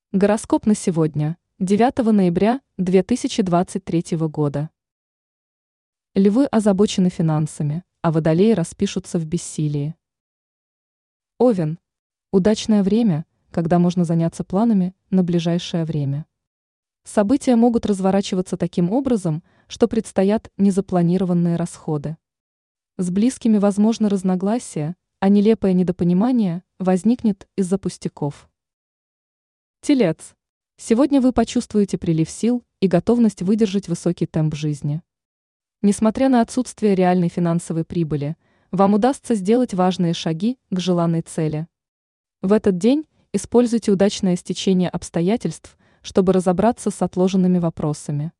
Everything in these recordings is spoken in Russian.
Гороскоп на сегодня, 9 ноября 2023 года. Львы озабочены финансами, а водолеи распишутся в бессилии. Овен. Удачное время, когда можно заняться планами на ближайшее время. События могут разворачиваться таким образом, что предстоят незапланированные расходы. С близкими возможны разногласия, а нелепое недопонимание возникнет из-за пустяков. Телец. Сегодня вы почувствуете прилив сил и готовность выдержать высокий темп жизни. Несмотря на отсутствие реальной финансовой прибыли, вам удастся сделать важные шаги к желанной цели. В этот день используйте удачное стечение обстоятельств, чтобы разобраться с отложенными вопросами.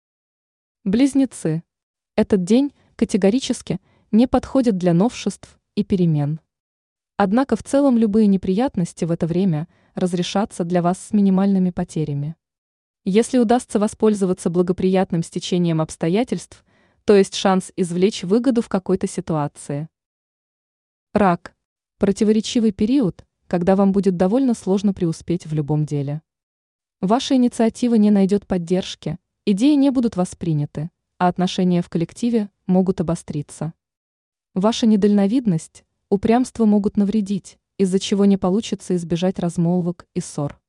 Близнецы. Этот день категорически не подходит для новшеств и перемен. Однако в целом любые неприятности в это время разрешатся для вас с минимальными потерями. Если удастся воспользоваться благоприятным стечением обстоятельств, то есть шанс извлечь выгоду в какой-то ситуации. Рак. Противоречивый период, когда вам будет довольно сложно преуспеть в любом деле. Ваша инициатива не найдет поддержки, идеи не будут восприняты, а отношения в коллективе могут обостриться. Ваша недальновидность, упрямство могут навредить, из-за чего не получится избежать размолвок и ссор.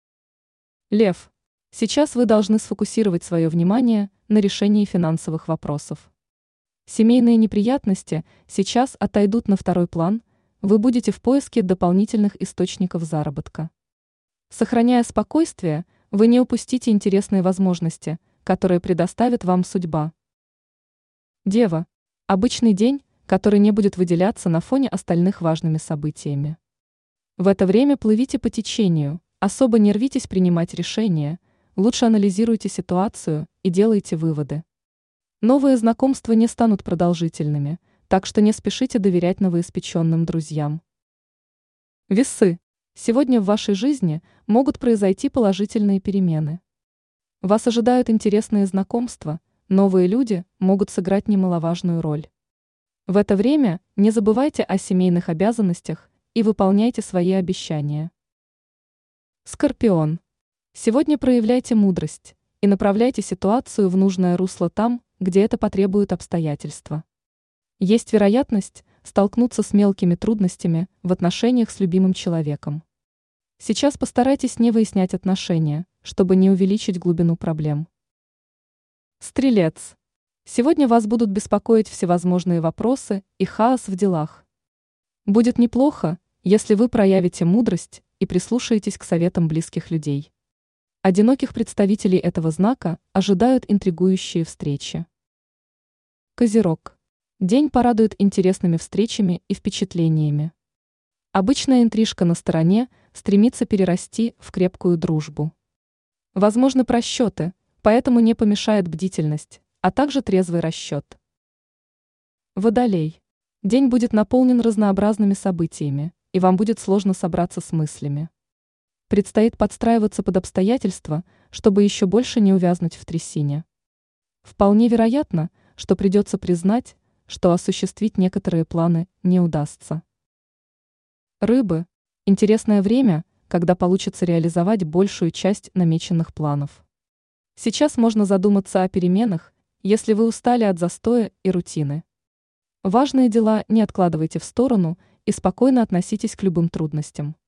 Лев. Сейчас вы должны сфокусировать свое внимание на решении финансовых вопросов. Семейные неприятности сейчас отойдут на второй план, вы будете в поиске дополнительных источников заработка. Сохраняя спокойствие, вы не упустите интересные возможности, которые предоставит вам судьба. Дева. Обычный день, который не будет выделяться на фоне остальных важными событиями. В это время плывите по течению, особо не рвитесь принимать решения, лучше анализируйте ситуацию и делайте выводы. Новые знакомства не станут продолжительными, так что не спешите доверять новоиспеченным друзьям. Весы. Сегодня в вашей жизни могут произойти положительные перемены. Вас ожидают интересные знакомства, новые люди могут сыграть немаловажную роль. В это время не забывайте о семейных обязанностях и выполняйте свои обещания. Скорпион. Сегодня проявляйте мудрость и направляйте ситуацию в нужное русло там, где это потребуют обстоятельства. Есть вероятность столкнуться с мелкими трудностями в отношениях с любимым человеком. Сейчас постарайтесь не выяснять отношения, чтобы не увеличить глубину проблем. Стрелец. Сегодня вас будут беспокоить всевозможные вопросы и хаос в делах. Будет неплохо, если вы проявите мудрость и прислушаетесь к советам близких людей. Одиноких представителей этого знака ожидают интригующие встречи. Козерог. День порадует интересными встречами и впечатлениями. Обычная интрижка на стороне стремится перерасти в крепкую дружбу. Возможны просчеты, поэтому не помешает бдительность, а также трезвый расчет. Водолей. День будет наполнен разнообразными событиями, и вам будет сложно собраться с мыслями. Предстоит подстраиваться под обстоятельства, чтобы еще больше не увязнуть в трясине. Вполне вероятно, что придется признать, что осуществить некоторые планы не удастся. Рыбы. Интересное время, когда получится реализовать большую часть намеченных планов. Сейчас можно задуматься о переменах, если вы устали от застоя и рутины. Важные дела не откладывайте в сторону и спокойно относитесь к любым трудностям.